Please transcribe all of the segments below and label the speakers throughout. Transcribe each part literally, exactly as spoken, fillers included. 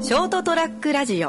Speaker 1: ショートトラックラジオ。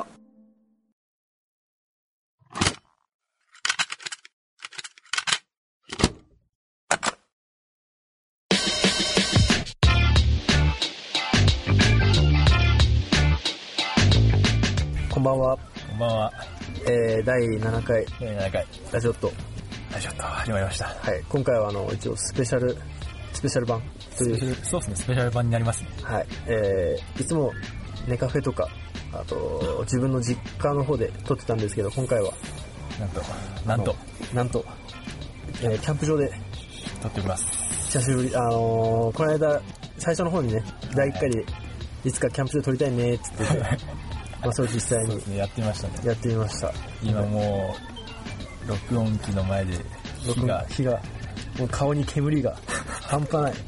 Speaker 2: こんばんは。
Speaker 3: こんばんは。
Speaker 2: えー、だいななかい
Speaker 3: だいななかい
Speaker 2: ラジオット。
Speaker 3: ラジオット始まりました。
Speaker 2: はい。今回はあの一応スペシャルスペシャル版という。
Speaker 3: そうですね。スペシャル版になりますね。
Speaker 2: はい。えー、いつもネカフェとかあと自分の実家の方で撮ってたんですけど、今回は
Speaker 3: なんとなんと
Speaker 2: なんと、えー、キャンプ場で
Speaker 3: 撮っております。
Speaker 2: 久しぶり。あのー、この間最初の方にねだいいっかいでいつかキャンプ場撮りたいねって言ってて。まあ、それ実際に
Speaker 3: そうですね、やってみましたね。
Speaker 2: やってみました。
Speaker 3: 今もう録音機の前で火が
Speaker 2: 火がもう顔に煙が半端ない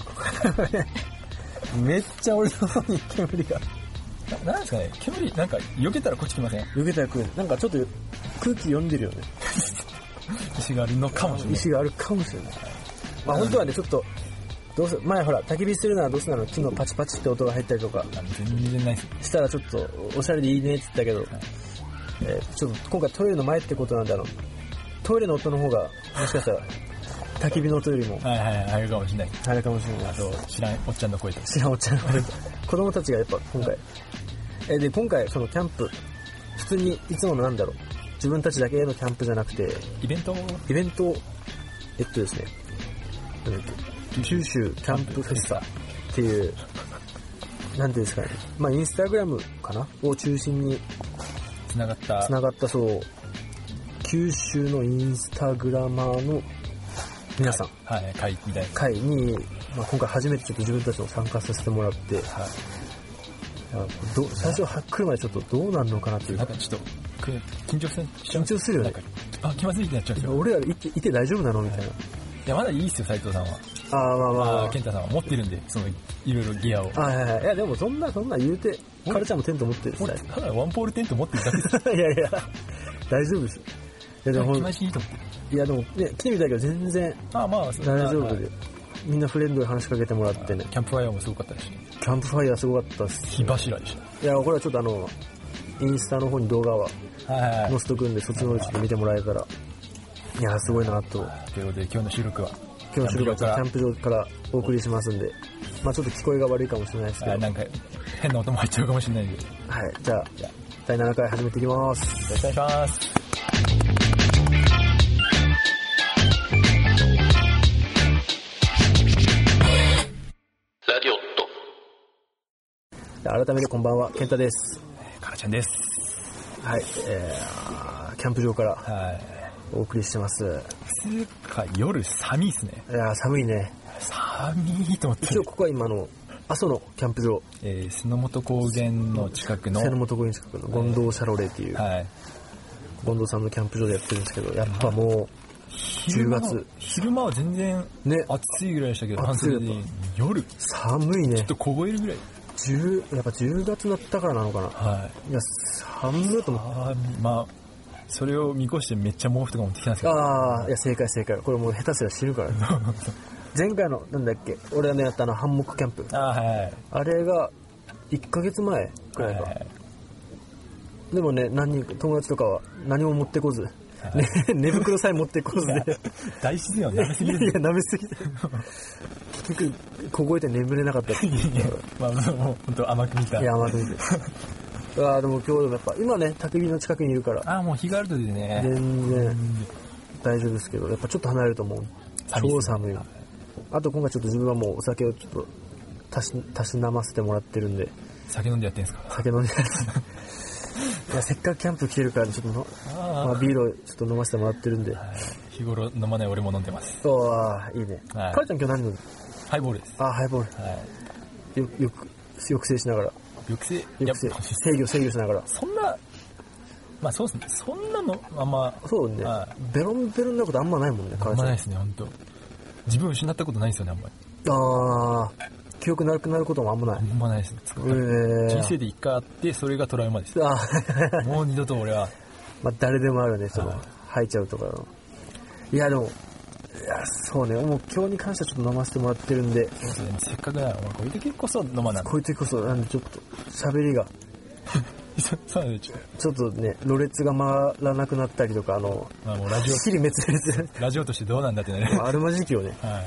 Speaker 2: めっちゃ俺の方に煙が
Speaker 3: な、なんですかね、煙なんか避けたらこっち来ません？
Speaker 2: 避けたら来る。なんかちょっと空気読んでるよね
Speaker 3: 石があるのかもしれない。
Speaker 2: 石があるかもしれない。まあ本当はね、ちょっとどうせ前ほら焚き火するならどうせなの木のパチパチって音が入ったりとか
Speaker 3: 全然ないです。
Speaker 2: したらちょっとおしゃれでいいねって言ったけど、はい、えー、ちょっと今回トイレの前ってことなんだろう。トイレの音の方がもしかしたら焚き火の音よりも
Speaker 3: はいはいはいあるかもしれない。
Speaker 2: あれかもしれない。
Speaker 3: あと知らんおっちゃんの声と
Speaker 2: 知らんおっちゃんの声と子供たちがやっぱ今回、えー、で今回そのキャンプ普通にいつものなんだろう自分たちだけのキャンプじゃなくて
Speaker 3: イベント
Speaker 2: イベントえっとですねなんだっけ九州キャンプフェスタっていうなんていうんですかね、まあインスタグラムかなを中心に
Speaker 3: つながった
Speaker 2: つながったそう九州のインスタグラマーの皆さん、
Speaker 3: はい、はい、会みたいな
Speaker 2: 会に、まあ、今回初めてちょっと自分たちも参加させてもらって、はい、ど最初は来るまでちょっとどうなるのかなっていう。
Speaker 3: なんかちょっと緊張する
Speaker 2: 緊張するよね。
Speaker 3: あ、気まずいってなっちゃうんですよ。
Speaker 2: 俺らいていて大丈夫なのみたいな。い
Speaker 3: やまだいいっすよ斉藤さんは。
Speaker 2: ああまあまあ、
Speaker 3: あ健太さんは持ってるんでそのいろいろギアを。
Speaker 2: あはいはい。いやでもそんなそんな言うてカルちゃんもテント持ってるし。
Speaker 3: ただワンポールテント持ってるだけです。
Speaker 2: いやいや大丈夫です。いやでも
Speaker 3: 気まずいと思って。
Speaker 2: いやでもね来てみたけど全然
Speaker 3: ああまあ
Speaker 2: 大丈夫で、はい、みんなフレンドに話しかけてもらってね。
Speaker 3: キャンプファイヤーもすごかったし、ね、
Speaker 2: キャンプファイヤーすごかったっす。
Speaker 3: 火柱でした。
Speaker 2: いやこれはちょっとあのインスタの方に動画は載せとくんで、そっちの方でちょっと見てもらえたら、いやすごいなと。
Speaker 3: ということで今日の収録は
Speaker 2: 今日の収録はキャンプ場からお送りしますんで、まあちょっと聞こえが悪いかもしれないですけど、
Speaker 3: なんか変な音も入っちゃうかもしれないんで、
Speaker 2: はい、じゃあだいななかい始めていきます。
Speaker 3: よろしくお願いします。
Speaker 2: ラディオット。改めてこんばんは、健太です。
Speaker 3: カラちゃんです。はい、
Speaker 2: えー、キャンプ場からお送りしてます。
Speaker 3: つうか夜寒いっすね。
Speaker 2: いや寒いね。
Speaker 3: 寒いと思って。
Speaker 2: 一応ここは今の阿蘇のキャンプ場、
Speaker 3: えー、須本高原の近くの
Speaker 2: 須本高原近くの権堂シャロレっていう、はい、権堂さんのキャンプ場でやってるんですけど、やっぱもうじゅうがつ
Speaker 3: 昼間は全然暑いぐらいでしたけど、ね、暑いで夜
Speaker 2: 寒いね。
Speaker 3: ちょっと凍えるぐらい。
Speaker 2: じゅうやっぱじゅうがつになったからなのかな。
Speaker 3: はい。
Speaker 2: いや寒いと思って。
Speaker 3: まあそれを見越してめっちゃ毛布とか持ってきたんですけど。
Speaker 2: ああいや正解正解。これもう下手すら知るからね。前回のなんだっけ俺がねやったあのハンモックキャンプ。
Speaker 3: あ、はいはい、あ
Speaker 2: れがいっかげつまえくらいか。はいはい、でもね何人か友達とかは何も持ってこず。はいね、寝袋さえ持ってこずで
Speaker 3: 大自然は舐めすぎです。
Speaker 2: いや舐めすぎて結局凍えて眠れなかったって
Speaker 3: まあもう本当甘く見た。
Speaker 2: いや甘く見てあでも今日でもやっぱ今ね焚き火の近くにいるから
Speaker 3: あもう日があるとでね
Speaker 2: 全然大丈夫ですけど、やっぱちょっと離れるともう超寒い。あと今回ちょっと自分はもうお酒をちょっとたし、たしなませてもらってるんで。
Speaker 3: 酒飲んでやってんすか？
Speaker 2: 酒飲んでやっていやせっかくキャンプ来てるからちょっとのあ、まあ、ビールをちょっと飲ませてもらってるんで、はい、
Speaker 3: 日頃飲まない俺も飲んでます。
Speaker 2: そうあいいね。
Speaker 3: はい、
Speaker 2: かるちゃん今日何飲んでる？
Speaker 3: ハイボールです。
Speaker 2: あハイボール、はい、よよく抑制しながら
Speaker 3: 抑制
Speaker 2: 抑制制御制御しながら。
Speaker 3: そんなまあそうですね、そんなのあんま
Speaker 2: そうね、はい、ベロンベロンなことあんまないもんね。
Speaker 3: あんまないですね本当。自分失ったことないですよねあんまり。
Speaker 2: ああ記憶なくなることもあんまない。
Speaker 3: あんまないですね。えー、人生で一回あってそれがトラウマです。あもう二度と俺は
Speaker 2: まあ誰でもあるねその吐いちゃうとかの。いやでもいやそうねもう今日に関してはちょっと飲ませてもらってるんで。
Speaker 3: そうですね、せっかくならこういう時こそ飲まない。
Speaker 2: こういう時こそなんでちょっと喋りが
Speaker 3: そうなんでちょっ
Speaker 2: と。ちょっとね、ろれつが回らなくなったりとか、あの、
Speaker 3: まあ、もうラジオ、
Speaker 2: 尻滅裂。
Speaker 3: ラジオとしてどうなんだってね。
Speaker 2: あるまじきよね。
Speaker 3: はい。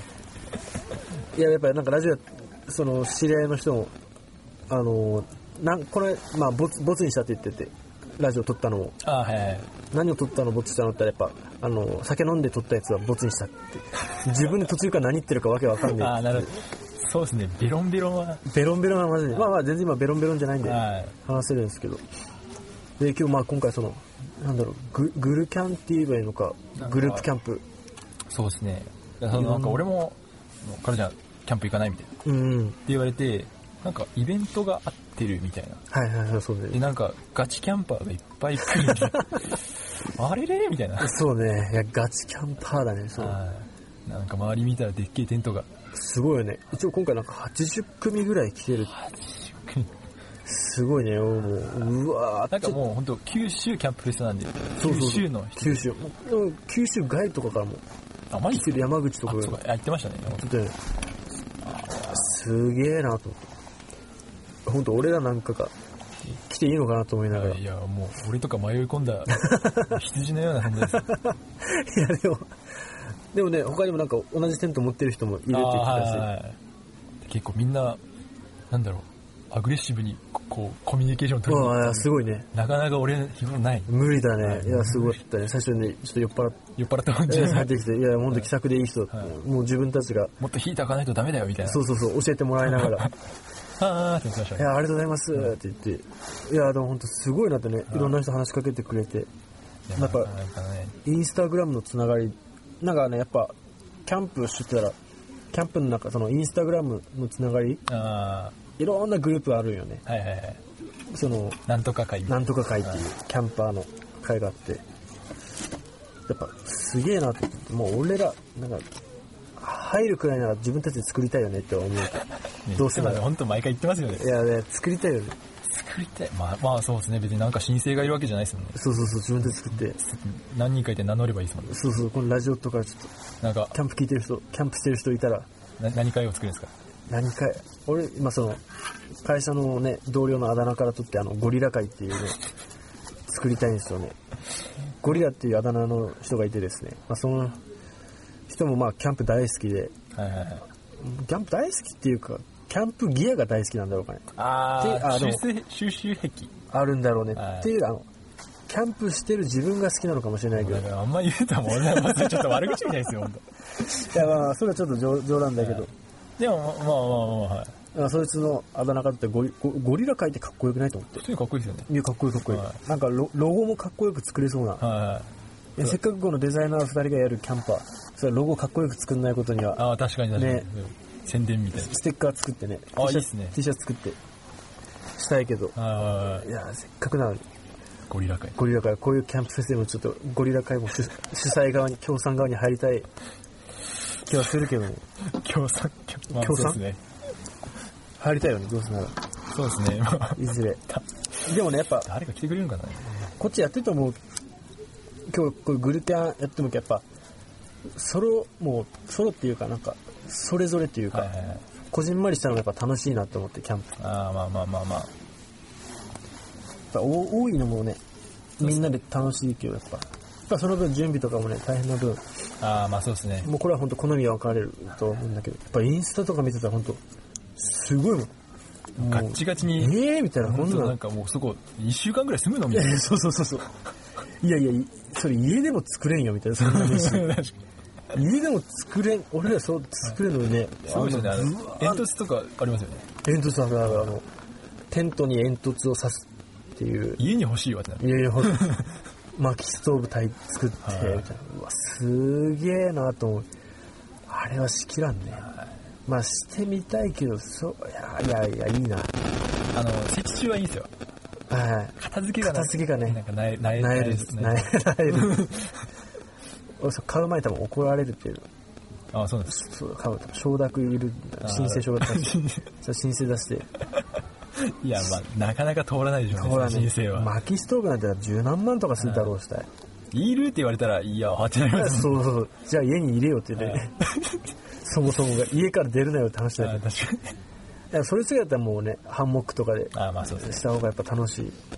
Speaker 2: いや、やっぱりなんかラジオ、その、知り合いの人も、あの、なんこれ、まあ、ボツ、ボツにしたって言ってて、ラジオ撮ったのも。
Speaker 3: あはいはい。
Speaker 2: 何を撮ったのボツしたのって言ったら、やっぱ、あの、酒飲んで撮ったやつはボツにしたって。自分で途中から何言ってるかわけわかんない。
Speaker 3: ああ、なるほど。そうですね、ベロンベロンは。
Speaker 2: ベロンベロンはマジで。まあまあ、全然今ベロンベロンじゃないんで、話せるんですけど。で、今日まあ今回その、なんだろう、グ, グルキャンって言えばいいのか、グループキャンプ。
Speaker 3: そうですね。なんか俺も、彼じゃキャンプ行かないみたいな。うん。って言われて、なんかイベントがあってるみたいな。
Speaker 2: はいはいはい、そうね。
Speaker 3: で、なんかガチキャンパーがいっぱい来るみたいな。あれれみたいな。
Speaker 2: そうね。いや、ガチキャンパーだね、そう。
Speaker 3: なんか周り見たらでっけえテントが。
Speaker 2: すごいよね。一応今回なんかはちじゅっくみぐらい来てる。
Speaker 3: はちじゅっくみ。
Speaker 2: すごいね、もう、うわー。
Speaker 3: なんかもう本当九州キャンプフェスなんで。そうそうそう、九州の人。
Speaker 2: 九州。でも九州外とかからも。
Speaker 3: あ、マジ
Speaker 2: 来てる山口とか。
Speaker 3: あ、そうか、言ってましたね。
Speaker 2: で、すげえなと思って。本当俺らなんかが来ていいのかなと思いながら。
Speaker 3: いや、もう俺とか迷い込んだ羊のような存在ですよ。
Speaker 2: いや、でも、でもね、他にもなんか同じテント持ってる人もいるって言ってたし。はいはい、
Speaker 3: 結構みんな、なんだろう、アグレッシブにこうコミュニケーション取る。
Speaker 2: ああ、すごいね。
Speaker 3: なかなか俺、日頃ない。
Speaker 2: 無理だね。いや、すごかったね。最初にちょっと酔っ払って。
Speaker 3: 酔っ払った感じで
Speaker 2: 入ってきて、いや、ほんと気さくでいい人、はい、もう自分たちが。
Speaker 3: もっとヒーターかないとダメだよ、みたいな。
Speaker 2: そうそうそう、教えてもらいながら。
Speaker 3: あーって言ってましたね。
Speaker 2: いや、ありがとうございますって言って。いや、でもほんとすごいなってね、いろんな人話しかけてくれて。やっぱ、インスタグラムのつながり、なんかね、やっぱ、キャンプしてたら、キャンプの中、そのインスタグラムのつながり、あいろんなグループあるんよね。
Speaker 3: はいはいはい。
Speaker 2: その、
Speaker 3: なんとか会。
Speaker 2: なんとか会っていう、キャンパーの会があって、やっぱ、すげえなって、もう俺ら、なんか、入るくらいなら自分たちで作りたいよねって思う。ね、
Speaker 3: どうせなら本当毎回言ってますよね。
Speaker 2: いやね、作りたいよね。
Speaker 3: 作りたい。まあまあそうですね。別になんか申請がいるわけじゃないですもんね。
Speaker 2: そうそうそう、自分で作って。
Speaker 3: 何人かいて名乗ればいいですもんね。
Speaker 2: そうそう、このラジオとかちょっと、なんか、キャンプ聞いてる人、キャンプしてる人いたら。
Speaker 3: な何会を作るんですか？
Speaker 2: 何会俺、今その、会社のね、同僚のあだ名から取って、あの、ゴリラ会っていうね、作りたいんですよね。ゴリラっていうあだ名の人がいてですね、まあその人もまあキャンプ大好きで、はいはいはい、キャンプ大好きっていうか、キャンプギアが大好きなんだろうかね。
Speaker 3: ああ、収集癖
Speaker 2: あるんだろうね。っていう、あの、キャンプしてる自分が好きなのかもしれないけど。
Speaker 3: あんま言うとも俺はちょっと悪口みたいですよ、本
Speaker 2: 当。いや、まあ、それはちょっと冗, 冗談だけど。
Speaker 3: でも、まあまあまあ、はい。
Speaker 2: そいつのあだ名からってゴリ、ゴリラ書いてかっこよくないと思って。
Speaker 3: 普通にかっこいいですよね。
Speaker 2: いや、かっこいいかっこいい。はい、なんかロ、ロゴもかっこよく作れそうな。はいはい。せっかくこのデザイナーふたりがやるキャンパー、それロゴかっこよく作んないことには。
Speaker 3: ああ、確かに確かに。
Speaker 2: ね。
Speaker 3: 宣伝みたいな。
Speaker 2: ステッカー作ってね。
Speaker 3: ああ、いいっすね。
Speaker 2: T シャツ作って、したいけど。
Speaker 3: あ
Speaker 2: あ。いや、せっかくなのに。
Speaker 3: ゴリラ会。
Speaker 2: ゴリラ会。こういうキャンプフェスでもちょっとゴリラ会も主主催側に、協賛側に入りたい気はするけどね。
Speaker 3: 協賛、
Speaker 2: まあ、協賛ですね。入りたいよね、どうせなら。
Speaker 3: そうですね。
Speaker 2: いずれ。でもね、やっぱ。
Speaker 3: 誰か来てくれるんかな。
Speaker 2: こっちやってると思う。今日、こういうグルキャンやってもやっぱ、ソロ、もう、ソロっていうかなんか、それぞれっていうか、はいはいはい、こじんまりしたのがやっぱ楽しいなと思って、キャンプ。
Speaker 3: ああ、まあまあまあまあ。
Speaker 2: やっぱ多いのもね、みんなで楽しいけど、やっぱ。やっぱその分準備とかもね、大変な分。
Speaker 3: ああ、まあそうですね。
Speaker 2: もうこれは本当好みが分かれると思うんだけど、やっぱインスタとか見てたら本当すごいもん。
Speaker 3: ガッチガチに。
Speaker 2: ええー、みたいな、
Speaker 3: ほんとなんかもうそこ、いっしゅうかんぐらい住むのみたいな。
Speaker 2: いやいや、そうそうそうそう。いやいや、それ家でも作れんよ、みたいな。そんな飯家でも作れん、俺らそう作れるのにね。
Speaker 3: そうですよね、あの、煙突とかありますよね。
Speaker 2: 煙突あるある、あの、テントに煙突を刺すっていう。
Speaker 3: 家に欲しいわってなる。
Speaker 2: いやいや、薪ストーブ台作って、みたいな。うわ、すげえなと思う。あれはしきらんね。まあ、してみたいけど、そう、いや、いや、いや、いいな。
Speaker 3: あの、設置中はいいんですよ。
Speaker 2: はい。
Speaker 3: 片付けが
Speaker 2: 片付けがね。
Speaker 3: なんか、なえ、なえ、
Speaker 2: なえる。なえる。俺、買う前多分怒られるっていう。
Speaker 3: ああ、そうなんです。
Speaker 2: そう、買う。承諾いる。申請書が出して。申請出して。
Speaker 3: いや、まあ、なかなか通らないでしょうね、通らない申請は。
Speaker 2: 薪ストーブなんて十何万とかするだろうしたい。
Speaker 3: いるって言われたら、いや、はってなります。
Speaker 2: そうそう。じゃあ家に入れようってね。そもそもが家から出るなよって話だけど。確かに。それ次だったらもうね、ハンモックとかでした方がやっぱ楽しい。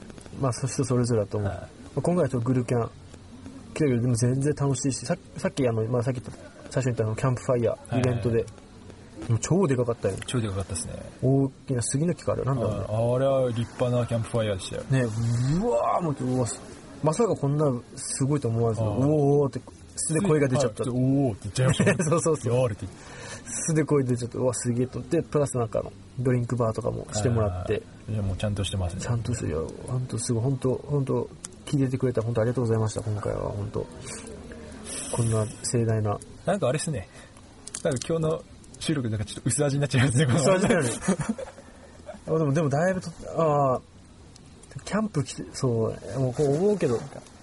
Speaker 2: まあ人それぞれだと思う、はい、まあ、今回はちょっとグルキャン来たけどでも全然楽しいし、さ, さっきあの、まあ、さっき最初に言ったのキャンプファイヤーイベントで、はいはい、でも超でかかったよ。
Speaker 3: 超でかかったですね。
Speaker 2: 大きな杉の木かあれなんだろうね。
Speaker 3: あ, あれは立派なキャンプファイヤーでしたよ
Speaker 2: ね。うわーもううわまさかこんなすごいと思わず、おおって素で声が出ちゃった。
Speaker 3: おおって言っちゃいましたね。
Speaker 2: そうそうそう。素で声出ちゃった。うわすげえと。でプラスなんかのドリンクバーとかもしてもらって。
Speaker 3: いやもうちゃんとしてますね。
Speaker 2: ちゃんとしてるよ。本当すごい本当本当聞いててくれた本当ありがとうございました。今回は本当こんな盛大な。
Speaker 3: なんかあれですね。なんか今日の収録なんかちょっと薄味になっちゃいますね。
Speaker 2: 薄味になるね。あでもでもだいぶとああキャンプ来てそうもうこう思うけど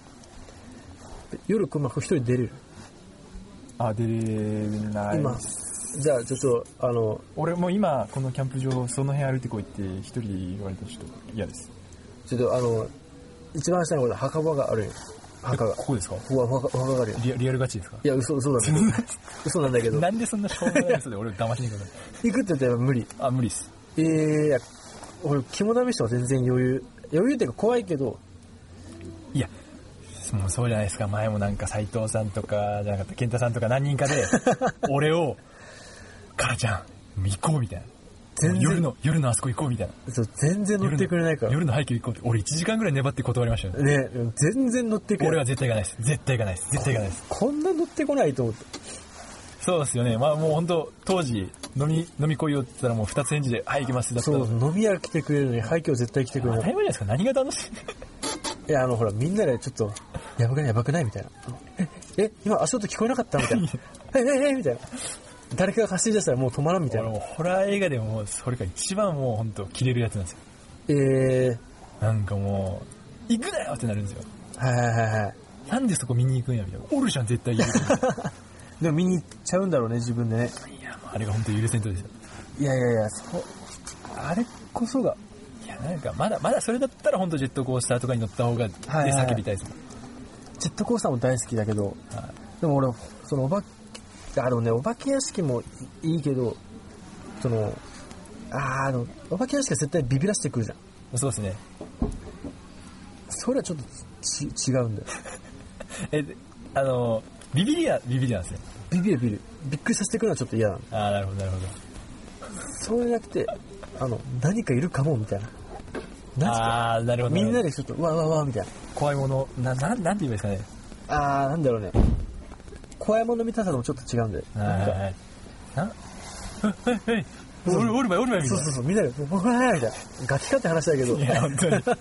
Speaker 2: 夜まあ一人出れる。
Speaker 3: あ出れない。
Speaker 2: 今じゃあちょっとあの
Speaker 3: 俺も今このキャンプ場その辺歩いてこいって一人で言われたらちょっと嫌です。
Speaker 2: ちょっとあの一番下にこれ墓場があるよ。墓が
Speaker 3: ここですか？
Speaker 2: ここはお墓があるよ。
Speaker 3: リア、リアルガチですか？
Speaker 2: いや嘘嘘なんだけど嘘なんだけど
Speaker 3: なんでそんなしょうもない嘘で俺を騙しに行くの？
Speaker 2: 行くって言ったら無理。
Speaker 3: あ無理っす。
Speaker 2: ええー、俺肝試しは全然余裕余裕っていうか怖いけど
Speaker 3: いやもうそうじゃないですか。前もなんか斉藤さんとかじゃなかった健太さんとか何人かで俺を母ちゃん行こうみたいな夜の夜のあそこ行こうみたいな。
Speaker 2: そう全然乗ってくれないから。
Speaker 3: 夜の廃墟行こうって俺いちじかんぐらい粘って断りましたよね。
Speaker 2: ね全然乗ってくれない。
Speaker 3: 俺は絶対行かないです。絶対行かないです。絶対行かないです。
Speaker 2: こんな乗ってこないと思って。
Speaker 3: そうですよね。まあもう本当当時飲み飲み来いよって言ったらもう二つ返事ではい行きますだったら。
Speaker 2: そう飲み屋来てくれるのに廃墟絶対来てくれない。
Speaker 3: 当たり前じゃないですか。何が楽しい。
Speaker 2: いやあのほらみんなでちょっとやばくないやばくないみたいな。ええ今足音聞こえなかったみたいな。えええみたいな。誰かが走り出したらもう止まらんみたいな。
Speaker 3: 俺もうホラー映画でもそれが一番もう本当キレるやつなんですよ。
Speaker 2: え
Speaker 3: ー、なんかもう行くなよってなるんですよ。
Speaker 2: はいはいはいはい。
Speaker 3: なんでそこ見に行くんやみたいな。おるじゃん絶対言う。
Speaker 2: でも見に行っちゃうんだろうね自分でね。
Speaker 3: いやあれが本当許せんとですよ。
Speaker 2: いやいやいやそうあれこそが
Speaker 3: いやなんかまだまだそれだったら本当ジェットコースターとかに乗った方がで叫びたいですもん。
Speaker 2: ジェットコースターも大好きだけど、はい、でも俺そのおばあのねお化け屋敷もいいけどそのああのお化け屋敷は絶対ビビらせてくるじゃん。
Speaker 3: そうですね。
Speaker 2: それはちょっとち違うんだよ。
Speaker 3: えあのビビりはビビりなんですね。
Speaker 2: ビビるビビるびっくりさせてくるのはちょっと嫌なの。
Speaker 3: ああなるほどなるほど。
Speaker 2: そうじゃなくてあの何かいるかもみたいな。
Speaker 3: ああなるほど。
Speaker 2: みんなでちょっとわわわみたいな
Speaker 3: 怖いものなななんて言うんですかね。
Speaker 2: ああなんだろうね。怖いもの見たさともちょっと違うんで。
Speaker 3: はいはいはい。なはいはい。おるおるばいおるばいみたいな。
Speaker 2: そうそうそうみんなでおーみたいな。ガキかって話だけど。
Speaker 3: いや本当に。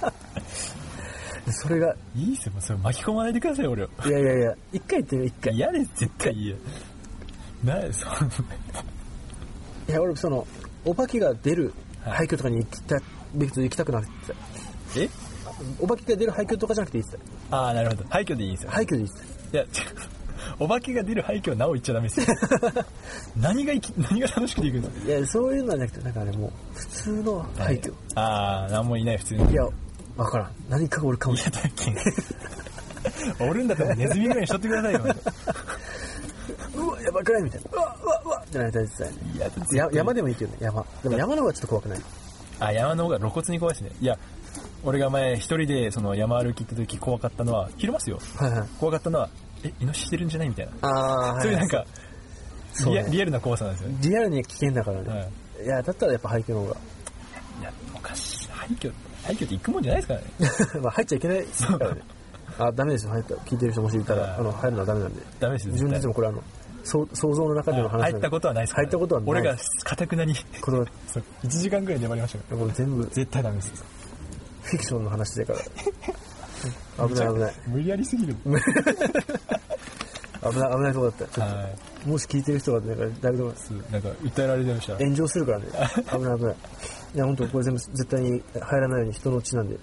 Speaker 2: それが
Speaker 3: いいっすよ。それ巻き込まないでください俺を。
Speaker 2: いやいやいや一回言ってみ一回。
Speaker 3: 嫌です絶対嫌。なそ
Speaker 2: いや俺そのお化けが出る廃墟とかに行きたべきと行きたくなくて。
Speaker 3: え？
Speaker 2: お化けが出る廃墟とかじゃなくていいっすよ。
Speaker 3: ああなるほど。廃墟でいいんですよ。
Speaker 2: 廃墟でいいっす。
Speaker 3: いやお化けが出る廃墟はなお言っちゃダメですよ。何が生き何が楽しくていくんですか。
Speaker 2: いやそういうのはなくてなんかあれもう普通の廃墟。
Speaker 3: ああ何もいない普通に。
Speaker 2: いやわからん何かがおるかもしれない。
Speaker 3: おるんだったらネズミぐらいにしとってくださいよ。
Speaker 2: うわやばくないみたいな。うわうわうわってなりたいですね。いや山でもいいけどね山。でも山の方がちょっと怖くない。
Speaker 3: あ山の方が露骨に怖いですね。いや俺が前一人でその山歩き行った時怖かったのは昼間っすよ。はいはい。怖かったのはえイノシシしてるんじゃないみたいな。ああ、はい、そういうなんかリア、ね、リアルな怖さなんですよね。
Speaker 2: リアルに危険だからね。はい、いやだったらやっぱ廃墟の方が。
Speaker 3: いやおかしい廃墟廃墟って行くもんじゃないですからね。
Speaker 2: まあ入っちゃいけないからね。あダメですよ入った聞いてる人もしいたらあの入るのはダメなんで。
Speaker 3: ダメですよ。
Speaker 2: 自分たちもこれあの想像の中での話なんで。
Speaker 3: 入ったことはないです、
Speaker 2: ね。入ったことはない。
Speaker 3: 俺が堅くなにいちじかんぐらい粘りましたから。
Speaker 2: これ全部
Speaker 3: 絶対ダメです。
Speaker 2: フィクションの話だから危ない危ない。
Speaker 3: 無理やりすぎる。
Speaker 2: 危ない危ないとこだった。はい、もし聞いてる人がなんかだいぶ
Speaker 3: なんか訴えられてました。
Speaker 2: 炎上するからね。危ない危ない。いや本当これ全部絶対に入らないように人の血なんで。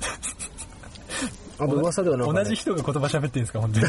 Speaker 2: あと噂ではなんか、ね、
Speaker 3: 同じ人が言葉喋ってるんですか本当に。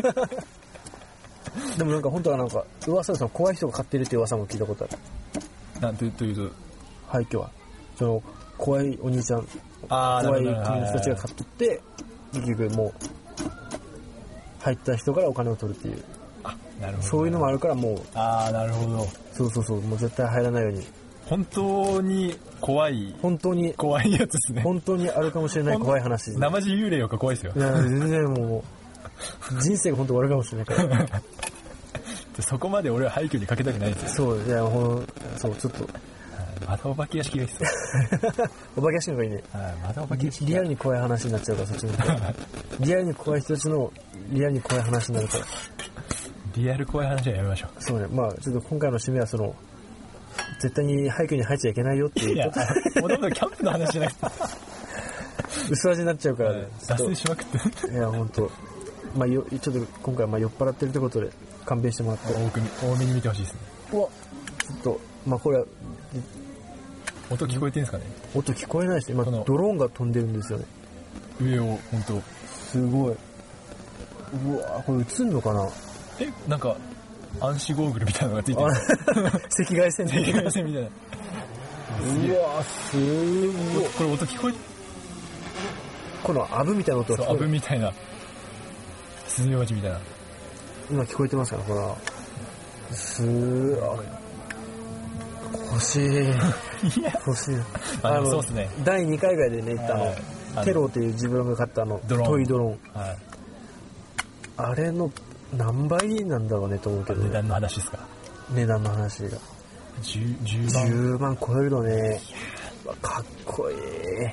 Speaker 2: でもなんか本当はなんか噂でその怖い人が飼ってるって噂も聞いたことある。
Speaker 3: なんてというと
Speaker 2: 廃墟はその怖いお兄ちゃん怖い国の人たちが買ってって結局もう入った人からお金を取るっていう。
Speaker 3: あなるほど。
Speaker 2: そういうのもあるからもう
Speaker 3: ああなるほど。
Speaker 2: そうそうそうもう絶対入らないように
Speaker 3: 本当に怖い
Speaker 2: 本当に
Speaker 3: 怖いやつですね。
Speaker 2: 本当にあるかもしれない怖い話。
Speaker 3: 生地幽霊より怖いですよ。
Speaker 2: いや全然もう人生が本当終わるかもしれないから
Speaker 3: そこまで俺は廃墟にかけたくないですよ。
Speaker 2: そういやほんそうちょっと
Speaker 3: またお化け屋敷がいいっすよ
Speaker 2: お化け屋敷の方がいいね。
Speaker 3: またお化け屋敷
Speaker 2: リアルに怖い話になっちゃうからそっちのリアルに怖い人たちのリアルに怖い話になるから
Speaker 3: リアル怖い話はやめましょう。
Speaker 2: そうね、まあちょっと今回の締めはその絶対に廃墟に入っちゃいけないよっていう。いや、
Speaker 3: もともとキャンプの話じゃなくて
Speaker 2: 薄味になっちゃうから、ね、
Speaker 3: 脱線しまくって
Speaker 2: いや本当まあよちょっと今回はまあ酔っ払ってるってことで勘弁してもらって
Speaker 3: 多く多めに見てほしいですね。
Speaker 2: うわちょっとまあこれは
Speaker 3: 音聞こえてるんですかね。
Speaker 2: 音聞こえないし今ドローンが飛んでるんですよね。
Speaker 3: 上を本当
Speaker 2: すごい。うわこれ映んのかな。
Speaker 3: えなんか暗視ゴーグルみたいなのがついてる
Speaker 2: 赤外線
Speaker 3: 赤外線みたいな。
Speaker 2: うわすごい。
Speaker 3: これ音聞こえ
Speaker 2: このアブみたいな音が聞こえる。
Speaker 3: アブみたいなスズメバチみたいな
Speaker 2: 今聞こえてますからこれはすー欲しい欲しい。
Speaker 3: あのそうですね。
Speaker 2: だいにかいぐらいでね行ったの、あのテロっていう自分が買ったあのトイドローン、はい、あれの何倍なんだろうねと思うけど、ね、
Speaker 3: 値段の話ですか。
Speaker 2: 値段の話が 10, 10万じゅうまん超えるのね。かっこいい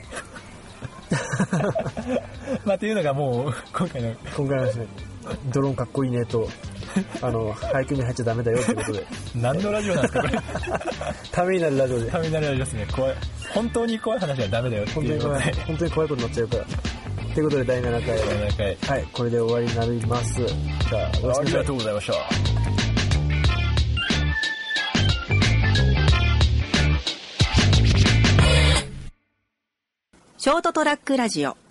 Speaker 3: まあっていうのがもう今回の
Speaker 2: 今回の話ね。ドローンかっこいいねとあの廃墟に入っちゃダメだよってことで
Speaker 3: 何のラジオなんですかこれ
Speaker 2: ためになるラジオで
Speaker 3: ためになるラジオですね。怖い本当に怖い話はダメだよっていうことで
Speaker 2: 本当に怖いことになっちゃうからということでだいななかい
Speaker 3: だいななかい
Speaker 2: はいこれで終わりになります。じゃあ
Speaker 3: ありがとうございました。
Speaker 1: ショートトラックラジオ